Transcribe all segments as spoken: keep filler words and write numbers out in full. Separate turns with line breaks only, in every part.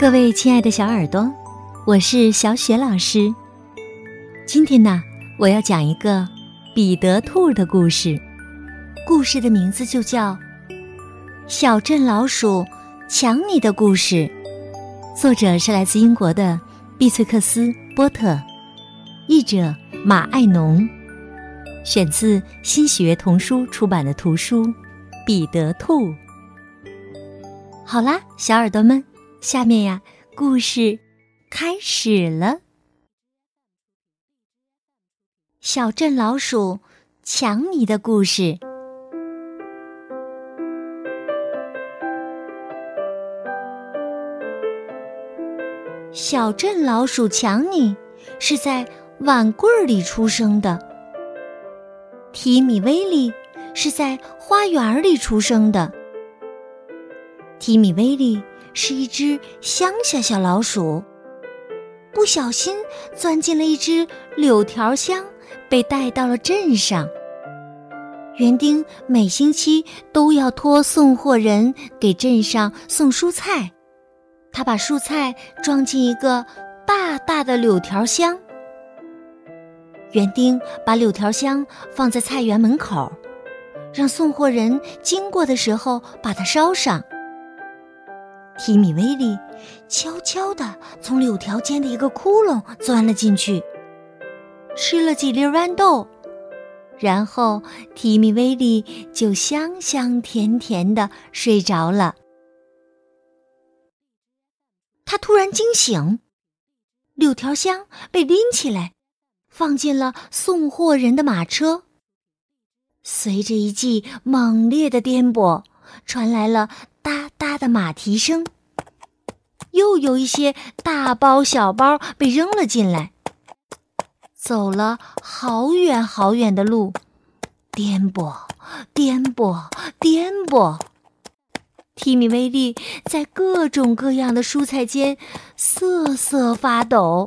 各位亲爱的小耳朵，我是小雪老师。今天呢，我要讲一个彼得兔的故事。故事的名字就叫《小镇老鼠抢你的故事》，作者是来自英国的碧翠克斯·波特，译者马爱农，选自新喜悦童书出版的图书《彼得兔》。好啦，小耳朵们，下面呀，故事开始了。小镇老鼠抢你的故事。小镇老鼠强尼是在碗柜里出生的，提米威利是在花园里出生的。提米威利是一只乡下小老鼠，不小心钻进了一只柳条箱，被带到了镇上。园丁每星期都要托送货人给镇上送蔬菜，他把蔬菜装进一个大大的柳条箱。园丁把柳条箱放在菜园门口，让送货人经过的时候把它烧上。提米威利悄悄地从柳条间的一个窟窿钻了进去，吃了几粒豌豆，然后提米威利就香香甜甜地睡着了。他突然惊醒，柳条箱被拎起来，放进了送货人的马车。随着一记猛烈的颠簸，传来了哒哒的马蹄声，又有一些大包小包被扔了进来。走了好远好远的路，颠簸，颠簸，颠簸。提米威利在各种各样的蔬菜间瑟瑟发抖。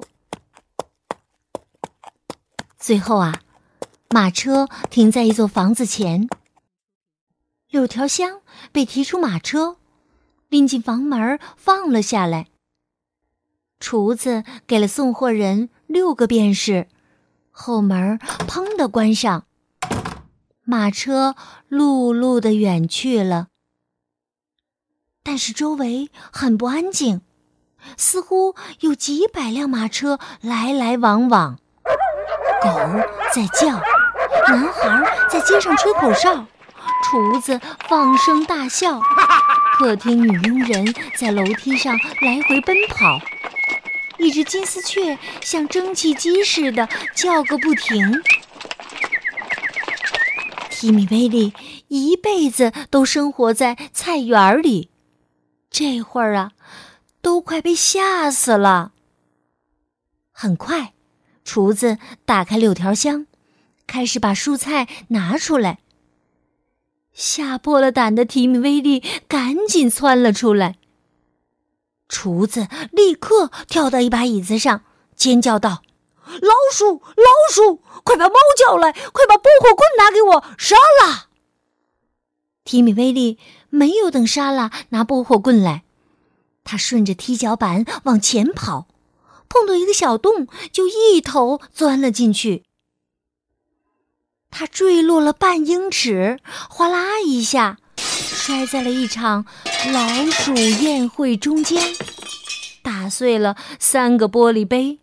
最后啊，马车停在一座房子前，柳条箱被提出马车，拎进房门放了下来。厨子给了送货人六个便士，后门砰地关上，马车碌碌地远去了。但是周围很不安静，似乎有几百辆马车来来往往。狗在叫，男孩在街上吹口哨，厨子放声大笑，客厅女佣人在楼梯上来回奔跑，一只金丝雀像蒸汽机似的叫个不停。提米威利一辈子都生活在菜园里，这会儿啊，都快被吓死了。很快，厨子打开柳条箱，开始把蔬菜拿出来。吓破了胆的提米威利赶紧窜了出来。厨子立刻跳到一把椅子上，尖叫道：“老鼠，老鼠，快把猫叫来，快把拨火棍拿给我，莎拉！”提米威利没有等莎拉拿拨火棍来，他顺着踢脚板往前跑，碰到一个小洞，就一头钻了进去。他坠落了半英尺，哗啦一下，摔在了一场老鼠宴会中间，打碎了三个玻璃杯。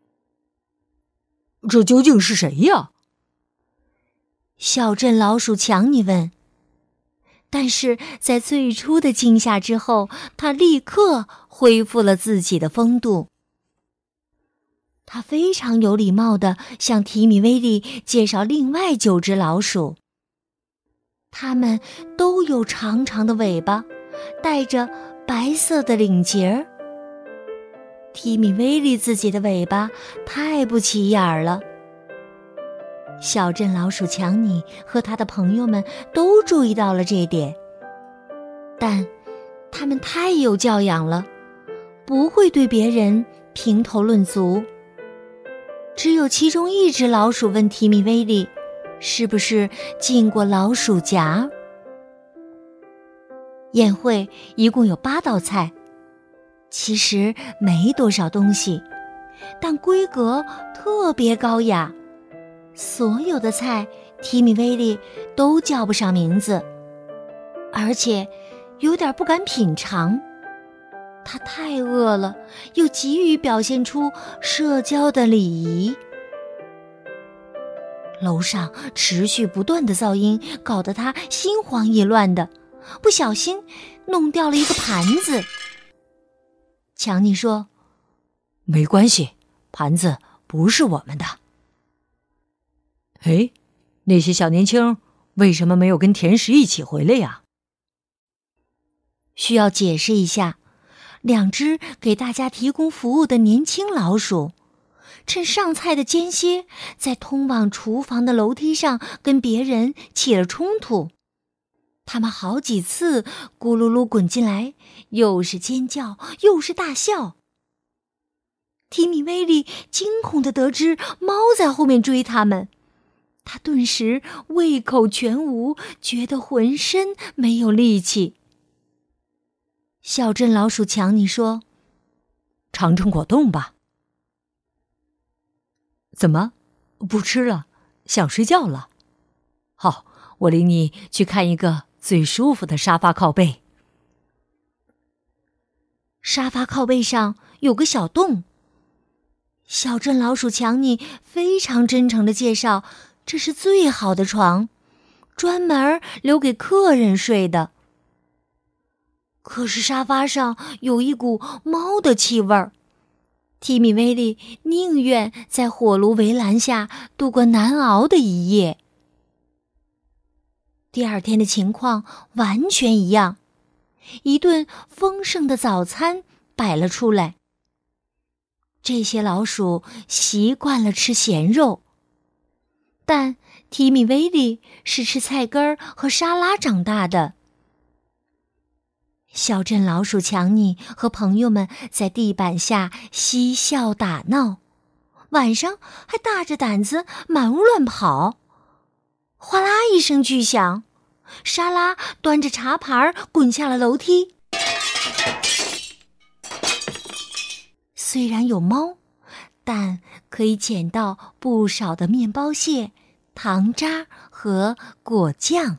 这究竟是谁呀？
小镇老鼠强尼问。但是在最初的惊吓之后，他立刻恢复了自己的风度。他非常有礼貌地向提米威利介绍另外九只老鼠，它们都有长长的尾巴，带着白色的领结。提米威利自己的尾巴太不起眼了。小镇老鼠强尼和他的朋友们都注意到了这点，但他们太有教养了，不会对别人评头论足。只有其中一只老鼠问提米威利，是不是进过老鼠夹？宴会一共有八道菜， 其实没多少东西，但规格特别高雅。所有的菜，提米威利都叫不上名字，而且有点不敢品尝。他太饿了，又急于表现出社交的礼仪。楼上持续不断的噪音搞得他心慌意乱的，不小心弄掉了一个盘子。强尼说：“
没关系，盘子不是我们的。”哎，那些小年轻为什么没有跟甜食一起回来呀？
需要解释一下，两只给大家提供服务的年轻老鼠，趁上菜的间歇，在通往厨房的楼梯上跟别人起了冲突。他们好几次咕噜噜滚进来，又是尖叫，又是大笑。提米威利惊恐地得知猫在后面追他们，他顿时胃口全无，觉得浑身没有力气。小镇老鼠强尼说：“
尝尝果冻吧。”怎么，不吃了？想睡觉了？好，我领你去看一个最舒服的沙发靠背。
沙发靠背上有个小洞。小镇老鼠强尼非常真诚地介绍，这是最好的床，专门留给客人睡的。可是沙发上有一股猫的气味儿，提米威利宁愿在火炉围栏下度过难熬的一夜。第二天的情况完全一样，一顿丰盛的早餐摆了出来。这些老鼠习惯了吃咸肉，但提米威利是吃菜根儿和沙拉长大的。小镇老鼠强尼和朋友们在地板下嬉笑打闹，晚上还大着胆子满屋乱跑。哗啦一声巨响，沙拉端着茶盘滚下了楼梯。虽然有猫，但可以捡到不少的面包屑、糖渣和果酱。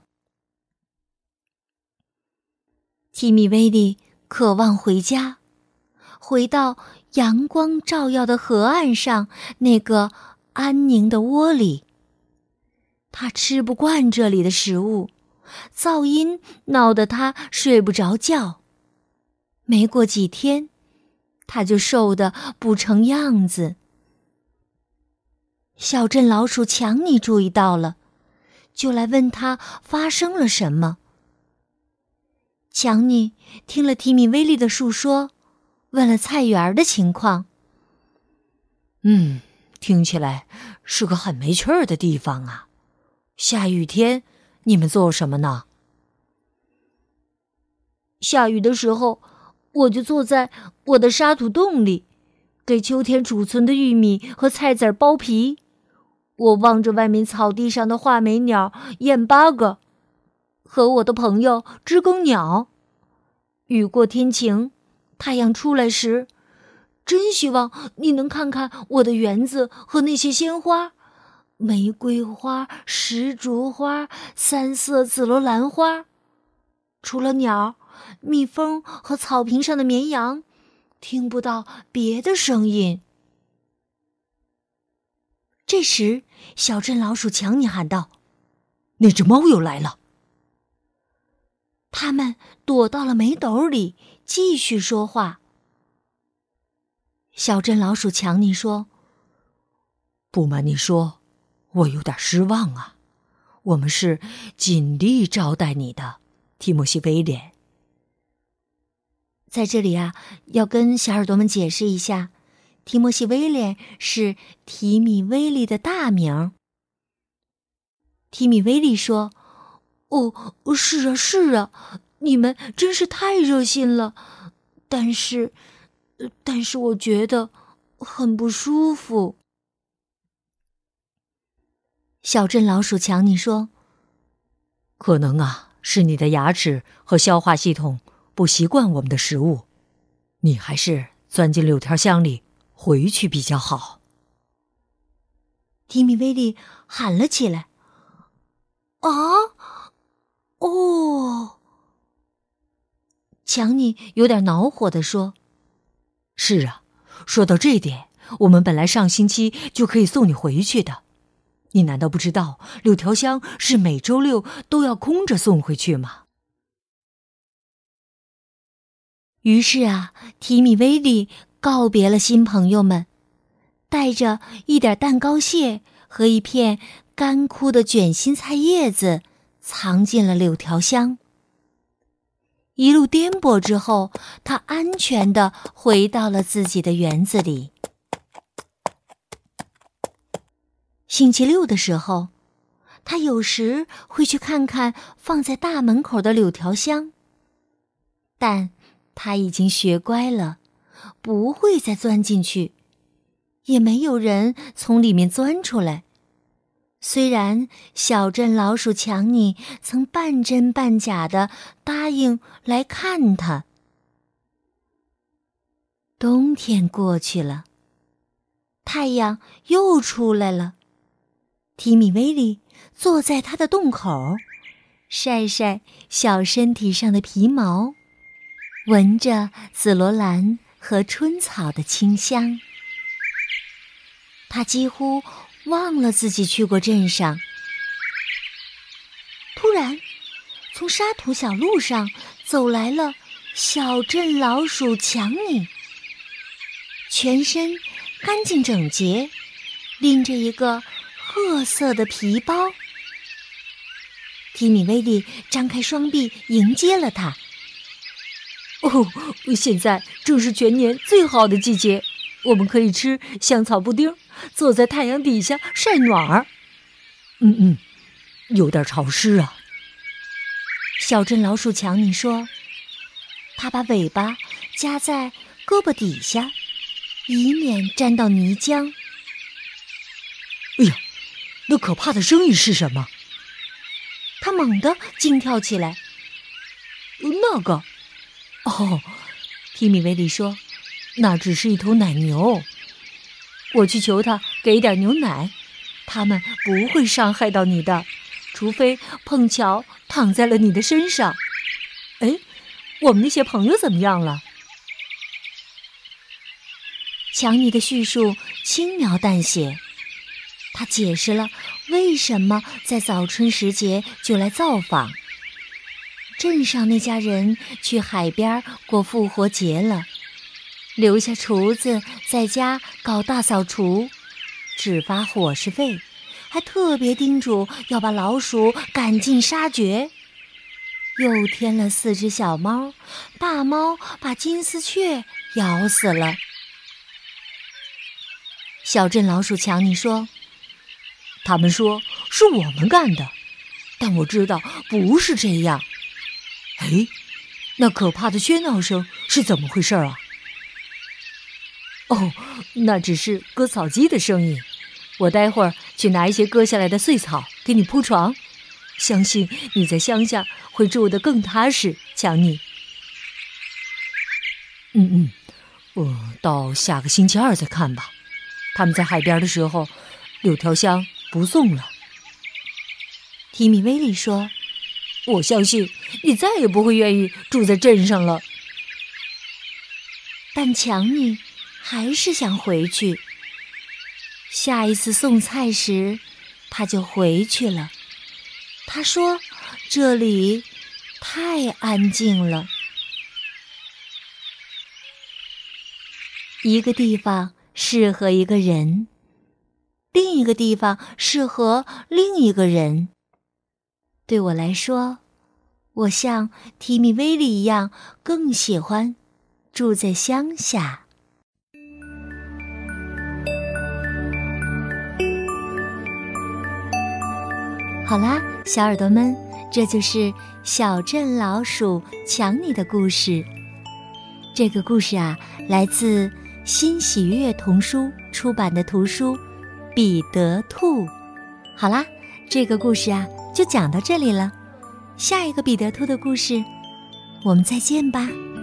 提米威利渴望回家，回到阳光照耀的河岸上那个安宁的窝里。他吃不惯这里的食物，噪音闹得他睡不着觉。没过几天，他就瘦得不成样子。小镇老鼠强尼注意到了，就来问他发生了什么。强尼听了提米威利的述说，问了菜园的情况。
嗯，听起来是个很没趣儿的地方啊。下雨天你们做什么呢？
下雨的时候，我就坐在我的沙土洞里，给秋天储存的玉米和菜籽剥皮。我望着外面草地上的画眉鸟、燕八哥，和我的朋友知更鸟。雨过天晴，太阳出来时，真希望你能看看我的园子和那些鲜花，玫瑰花、石竹花、三色紫罗兰花。除了鸟，蜜蜂和草坪上的绵羊，听不到别的声音。这时，小镇老鼠强尼喊道：“
那只猫又来了！”
他们躲到了煤斗里，继续说话。小镇老鼠强尼说：“
不瞒你说，我有点失望啊。我们是尽力招待你的，提莫西·威廉。”
在这里啊，要跟小耳朵们解释一下，提莫西·威廉是提米威利的大名。提米威利说：“哦，是啊，是啊，你们真是太热心了，但是，但是我觉得很不舒服。”小镇老鼠强尼说：“
可能啊，是你的牙齿和消化系统不习惯我们的食物。 你还是钻进柳条箱里回去比较好。
提米威利喊了起来。啊，哦，强尼有点恼火地说。
是啊，说到这点，我们本来上星期就可以送你回去的。你难道不知道柳条箱是每周六都要空着送回去吗？
于是啊，提米威利告别了新朋友们，带着一点蛋糕屑和一片干枯的卷心菜叶子藏进了柳条箱。一路颠簸之后，他安全地回到了自己的园子里。星期六的时候，他有时会去看看放在大门口的柳条箱，但他已经学乖了，不会再钻进去，也没有人从里面钻出来。虽然小镇老鼠强尼曾半真半假地答应来看他。冬天过去了，太阳又出来了。提米威利坐在他的洞口，晒晒小身体上的皮毛，闻着紫罗兰和春草的清香。他几乎忘了自己去过镇上。突然，从沙土小路上走来了小镇老鼠强尼，全身干净整洁，拎着一个褐色的皮包。提米威利张开双臂迎接了他。
哦，现在正是全年最好的季节，我们可以吃香草布丁，坐在太阳底下晒暖儿。嗯嗯，有点潮湿啊。
小镇老鼠强尼说，他把尾巴夹在胳膊底下，以免沾到泥浆。
哎呀，那可怕的声音是什么？
他猛地惊跳起来。
那个，哦，提米威利说，那只是一头奶牛。我去求他给点牛奶，他们不会伤害到你的，除非碰巧躺在了你的身上。哎，我们那些朋友怎么样了？
强尼的叙述轻描淡写，他解释了为什么在早春时节就来造访。镇上那家人去海边过复活节了，留下厨子在家搞大扫除，只发伙食费，还特别叮嘱要把老鼠赶尽杀绝。又添了四只小猫，大猫把金丝雀咬死了。小镇老鼠强尼说，
他们说是我们干的，但我知道不是这样。哎，那可怕的喧闹声是怎么回事啊？哦，那只是割草机的声音。我待会儿去拿一些割下来的碎草给你铺床，相信你在乡下会住得更踏实，强尼。嗯嗯，我到下个星期二再看吧。他们在海边的时候，柳条箱不送了。
提米威利说，
我相信你再也不会愿意住在镇上了。
但强尼还是想回去。下一次送菜时，他就回去了。他说，这里太安静了。一个地方适合一个人，另一个地方适合另一个人。对我来说，我像提米威利一样更喜欢住在乡下。好啦，小耳朵们，这就是小镇老鼠强尼的故事。这个故事啊，来自新喜悦童书出版的图书《彼得兔》。好啦，这个故事啊就讲到这里了，下一个彼得兔的故事我们再见吧。